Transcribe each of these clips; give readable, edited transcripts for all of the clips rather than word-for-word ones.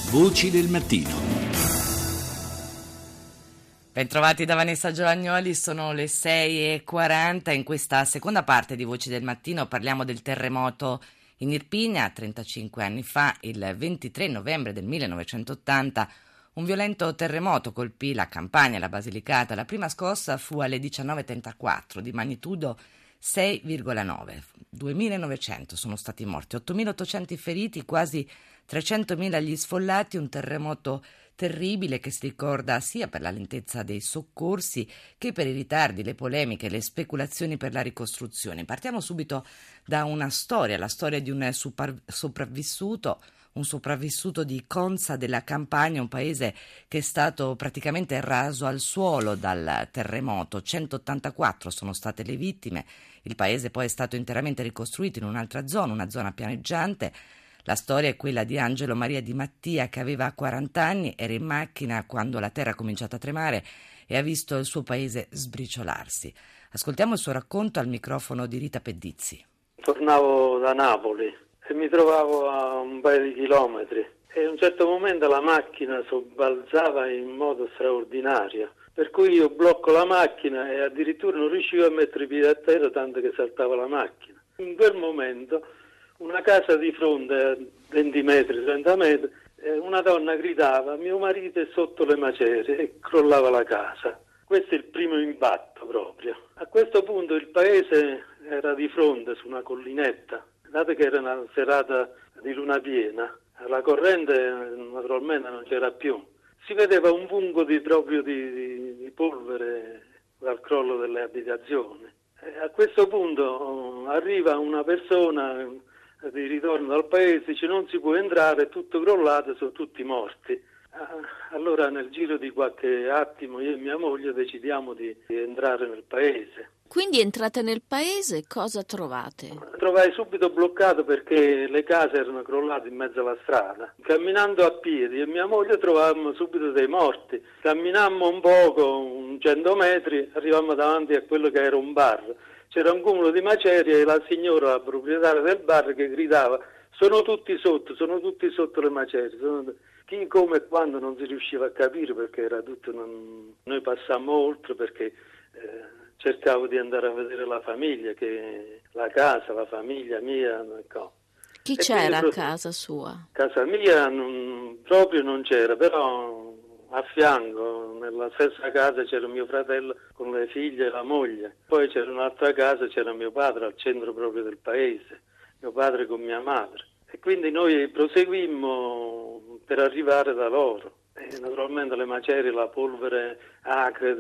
Voci del mattino. Bentrovati da Vanessa Giovagnoli, sono le 6:40. In questa seconda parte di Voci del Mattino parliamo del terremoto in Irpinia. 35 anni fa, il 23 novembre del 1980, un violento terremoto colpì la Campania e la Basilicata. La prima scossa fu alle 19:34 di magnitudo 6,9. 2.900 sono stati morti, 8.800 feriti, quasi 300.000 gli sfollati. Un terremoto terribile che si ricorda sia per la lentezza dei soccorsi che per i ritardi, le polemiche, le speculazioni per la ricostruzione. Partiamo subito da una storia, la storia di un sopravvissuto di Conza della Campania, un paese che è stato praticamente raso al suolo dal terremoto. 184 sono state le vittime. Il paese poi è stato interamente ricostruito in un'altra zona, una zona pianeggiante. La storia è quella di Angelo Maria Di Mattia, che aveva 40 anni, era in macchina quando la terra ha cominciato a tremare e ha visto il suo paese sbriciolarsi. Ascoltiamo il suo racconto al microfono di Rita Pedizzi. Tornavo da Napoli e mi trovavo a un paio di chilometri e a un certo momento la macchina sobbalzava in modo straordinario, per cui io blocco la macchina e addirittura non riuscivo a mettere i piedi a terra, tanto che saltava la macchina. In quel momento una casa di fronte a 20 metri, 30 metri, una donna gridava: mio marito è sotto le macerie, e crollava la casa. Questo è il primo impatto proprio. A questo punto il paese era di fronte su una collinetta, dato che era una serata di luna piena, la corrente naturalmente non c'era più. Si vedeva un fungo di polvere dal crollo delle abitazioni. A questo punto arriva una persona di ritorno dal paese, dice: non si può entrare, è tutto crollato, sono tutti morti. Allora nel giro di qualche attimo io e mia moglie decidiamo di entrare nel paese. Quindi entrate nel paese, cosa trovate? Trovai subito bloccato perché le case erano crollate in mezzo alla strada. Camminando a piedi io e mia moglie trovammo subito dei morti. Camminammo un poco, 100 metri, arrivammo davanti a quello che era un bar. C'era un cumulo di macerie e la signora, la proprietaria del bar, che gridava: sono tutti sotto le macerie. Chi, come e quando non si riusciva a capire, perché era tutto. Noi passammo oltre perché cercavo di andare a vedere la famiglia, che la casa, la famiglia mia. Ecco. Chi c'era a casa sua? Casa mia proprio non c'era, però a fianco, nella stessa casa, c'era mio fratello con le figlie e la moglie. Poi c'era un'altra casa, c'era mio padre al centro proprio del paese, mio padre con mia madre. E quindi noi proseguimmo per arrivare da loro. E naturalmente le macerie, la polvere acre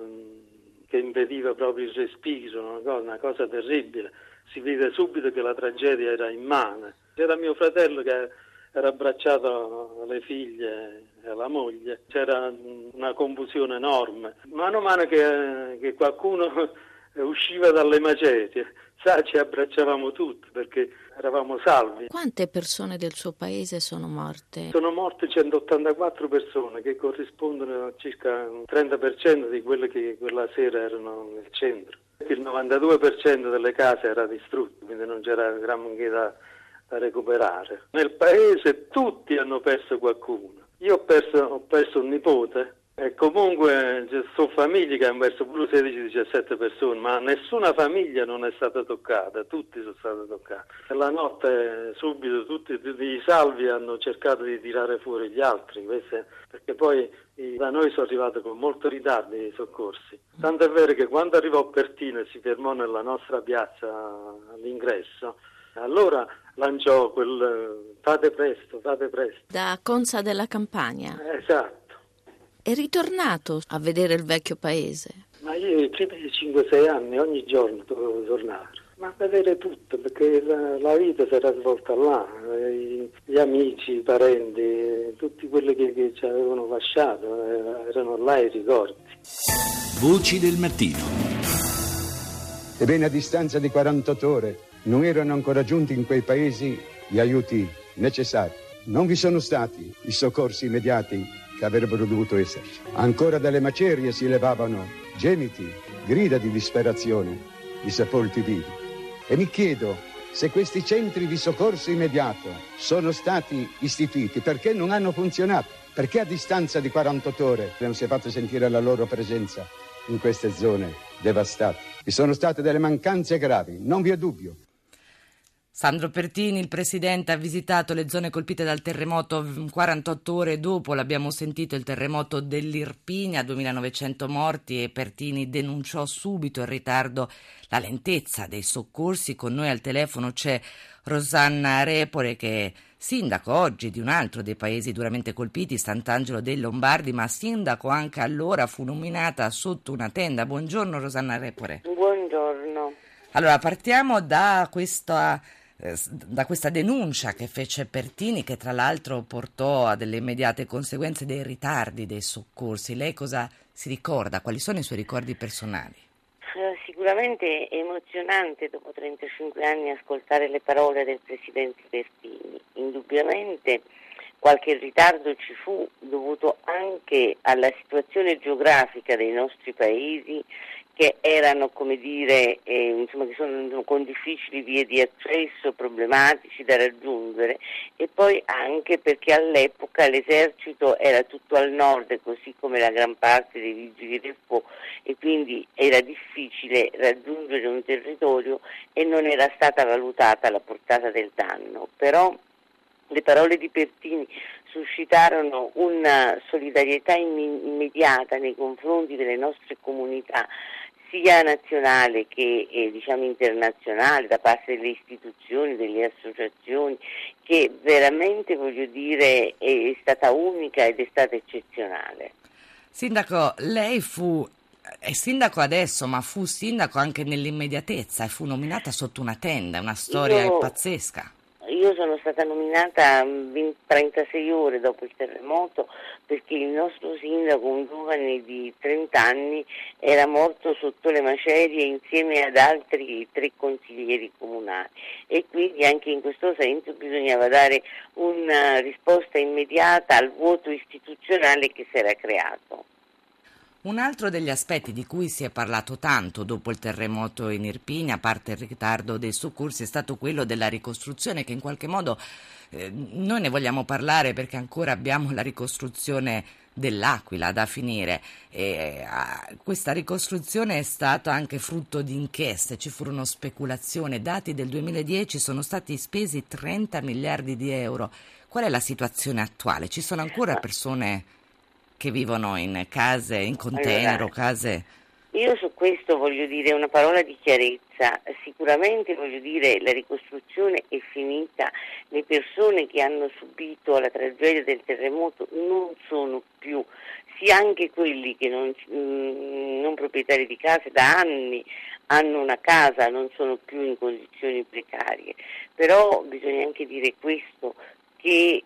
che impediva proprio il respiro, una cosa terribile. Si vede subito che la tragedia era immane. C'era mio fratello che era abbracciato alle figlie e alla moglie, c'era una confusione enorme. Mano a mano che qualcuno usciva dalle macerie, ci abbracciavamo tutti perché eravamo salvi. Quante persone del suo paese sono morte? Sono morte 184 persone, che corrispondono a circa un 30% di quelle che quella sera erano nel centro. Il 92% delle case era distrutto, quindi non c'era granché da recuperare. Nel paese tutti hanno perso qualcuno. Io ho perso un nipote e comunque sono famiglie che hanno perso pure 16-17 persone, ma nessuna famiglia non è stata toccata, tutti sono stati toccati. La notte subito tutti i salvi hanno cercato di tirare fuori gli altri, perché poi da noi sono arrivati con molto ritardo i soccorsi. Tanto è vero che quando arrivò Pertino e si fermò nella nostra piazza all'ingresso, allora lanciò quel fate presto. Da Conza della Campania? Esatto. È ritornato a vedere il vecchio paese? Ma io i primi 5-6 anni ogni giorno dovevo tornare, ma a vedere tutto, perché la vita si era svolta là, gli amici, i parenti, tutti quelli che ci avevano lasciato, erano là i ricordi. Voci del mattino. Ebbene, a distanza di 48 ore non erano ancora giunti in quei paesi gli aiuti necessari. Non vi sono stati i soccorsi immediati che avrebbero dovuto esserci. Ancora dalle macerie si levavano gemiti, grida di disperazione di sepolti vivi. E mi chiedo Se questi centri di soccorso immediato sono stati istituiti, perché non hanno funzionato? Perché a distanza di 48 ore non si è fatto sentire la loro presenza in queste zone devastate? Vi sono state delle mancanze gravi, non vi è dubbio. Sandro Pertini, il presidente, ha visitato le zone colpite dal terremoto 48 ore dopo, l'abbiamo sentito, il terremoto dell'Irpinia, 2900 morti, e Pertini denunciò subito il ritardo, la lentezza dei soccorsi. Con noi al telefono c'è Rosanna Repore, che è sindaco oggi di un altro dei paesi duramente colpiti, Sant'Angelo dei Lombardi, ma sindaco anche allora, fu nominata sotto una tenda. Buongiorno Rosanna Repore. Buongiorno. Allora, partiamo da questa denuncia che fece Pertini, che tra l'altro portò a delle immediate conseguenze dei ritardi dei soccorsi. Lei cosa si ricorda? Quali sono i suoi ricordi personali? Sicuramente è emozionante dopo 35 anni ascoltare le parole del presidente Pertini. Indubbiamente qualche ritardo ci fu, dovuto anche alla situazione geografica dei nostri paesi, che erano, che sono con difficili vie di accesso, problematici da raggiungere, e poi anche perché all'epoca l'esercito era tutto al nord, così come la gran parte dei vigili del fuoco, e quindi era difficile raggiungere un territorio e non era stata valutata la portata del danno. Però le parole di Pertini suscitarono una solidarietà immediata nei confronti delle nostre comunità, sia nazionale che internazionale, da parte delle istituzioni, delle associazioni, che veramente, è stata unica ed è stata eccezionale. Sindaco, lei è sindaco adesso, ma fu sindaco anche nell'immediatezza e fu nominata sotto una tenda, una storia pazzesca. Io sono stata nominata 36 ore dopo il terremoto, perché il nostro sindaco, un giovane di 30 anni, era morto sotto le macerie insieme ad altri 3 consiglieri comunali, e quindi anche in questo senso bisognava dare una risposta immediata al vuoto istituzionale che si era creato. Un altro degli aspetti di cui si è parlato tanto dopo il terremoto in Irpinia, a parte il ritardo dei soccorsi, è stato quello della ricostruzione, che in qualche modo noi ne vogliamo parlare perché ancora abbiamo la ricostruzione dell'Aquila da finire. Questa ricostruzione è stata anche frutto di inchieste, ci furono speculazioni. Dati del 2010, sono stati spesi 30 miliardi di euro. Qual è la situazione attuale? Ci sono ancora persone che vivono in case, in container o case? Io su questo voglio dire una parola di chiarezza. Sicuramente la ricostruzione è finita, le persone che hanno subito la tragedia del terremoto non sono più, sia anche quelli che non proprietari di case da anni hanno una casa, non sono più in condizioni precarie. Però bisogna anche dire questo, che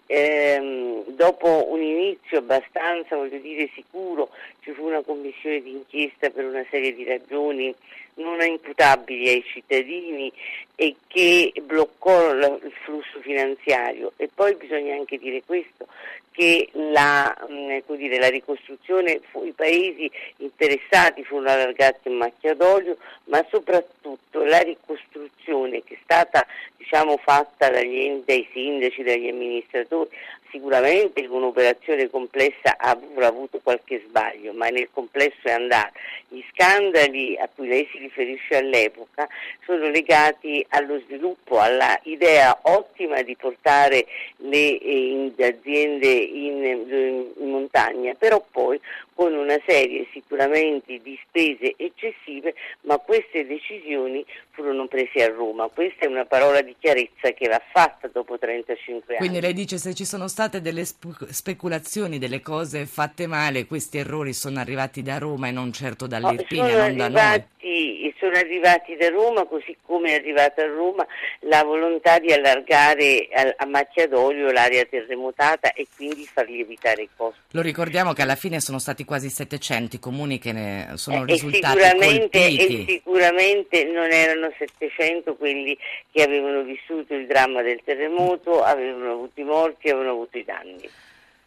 dopo un inizio abbastanza, sicuro, ci fu una commissione di inchiesta per una serie di ragioni non imputabili ai cittadini e che bloccò il flusso finanziario. E poi bisogna anche dire questo, che la ricostruzione, i paesi interessati furono allargati in macchia d'olio, ma soprattutto la ricostruzione che è stata fatta dai sindaci, dagli amministratori, sicuramente con un'operazione complessa avrà avuto qualche sbaglio, ma nel complesso è andata. Gli scandali a cui lei si riferisce all'epoca sono legati allo sviluppo, alla idea ottima di portare le aziende in montagna, però poi con una serie sicuramente di spese eccessive, ma queste decisioni furono prese a Roma. Questa è una parola di chiarezza che va fatta dopo 35 anni. Quindi lei dice, se ci sono state delle speculazioni, delle cose fatte male, questi errori sono arrivati da Roma e non certo dall'Irpinia, non da noi. Sono arrivati da Roma, così come è arrivata a Roma la volontà di allargare a macchia d'olio l'area terremotata e quindi far lievitare i costi. Lo ricordiamo che alla fine sono stati quasi 700 i comuni che ne sono risultati colpiti. E sicuramente non erano 700 quelli che avevano vissuto il dramma del terremoto, avevano avuto i morti, avevano avuto i danni.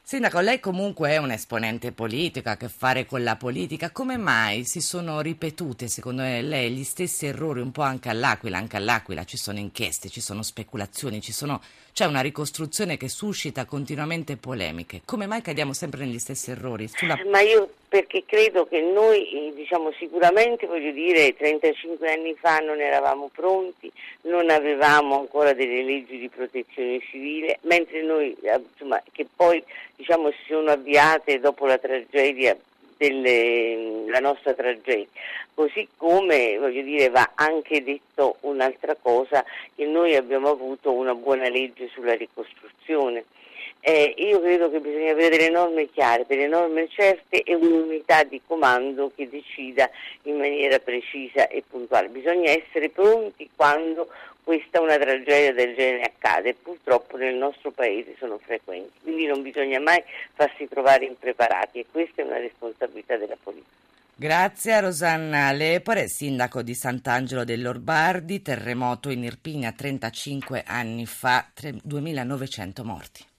Sindaco, lei comunque è un esponente politico, ha a che fare con la politica. Come mai si sono ripetute, secondo lei, gli stessi errori un po' anche all'Aquila? Anche all'Aquila ci sono inchieste, ci sono speculazioni, c'è una ricostruzione che suscita continuamente polemiche. Come mai cadiamo sempre negli stessi errori? Ma io perché credo che noi, sicuramente 35 anni fa non eravamo pronti, non avevamo ancora delle leggi di protezione civile, mentre noi, che poi si sono avviate dopo la tragedia la nostra tragedia. Così come va anche detto un'altra cosa, che noi abbiamo avuto una buona legge sulla ricostruzione. Io credo che bisogna avere delle norme chiare, delle norme certe e un'unità di comando che decida in maniera precisa e puntuale. Bisogna essere pronti quando una tragedia del genere accade, e purtroppo nel nostro paese sono frequenti, quindi non bisogna mai farsi trovare impreparati, e questa è una responsabilità della politica. Grazie a Rosanna Lepore, sindaco di Sant'Angelo dell'Orbardi. Terremoto in Irpinia 35 anni fa, 2900 morti.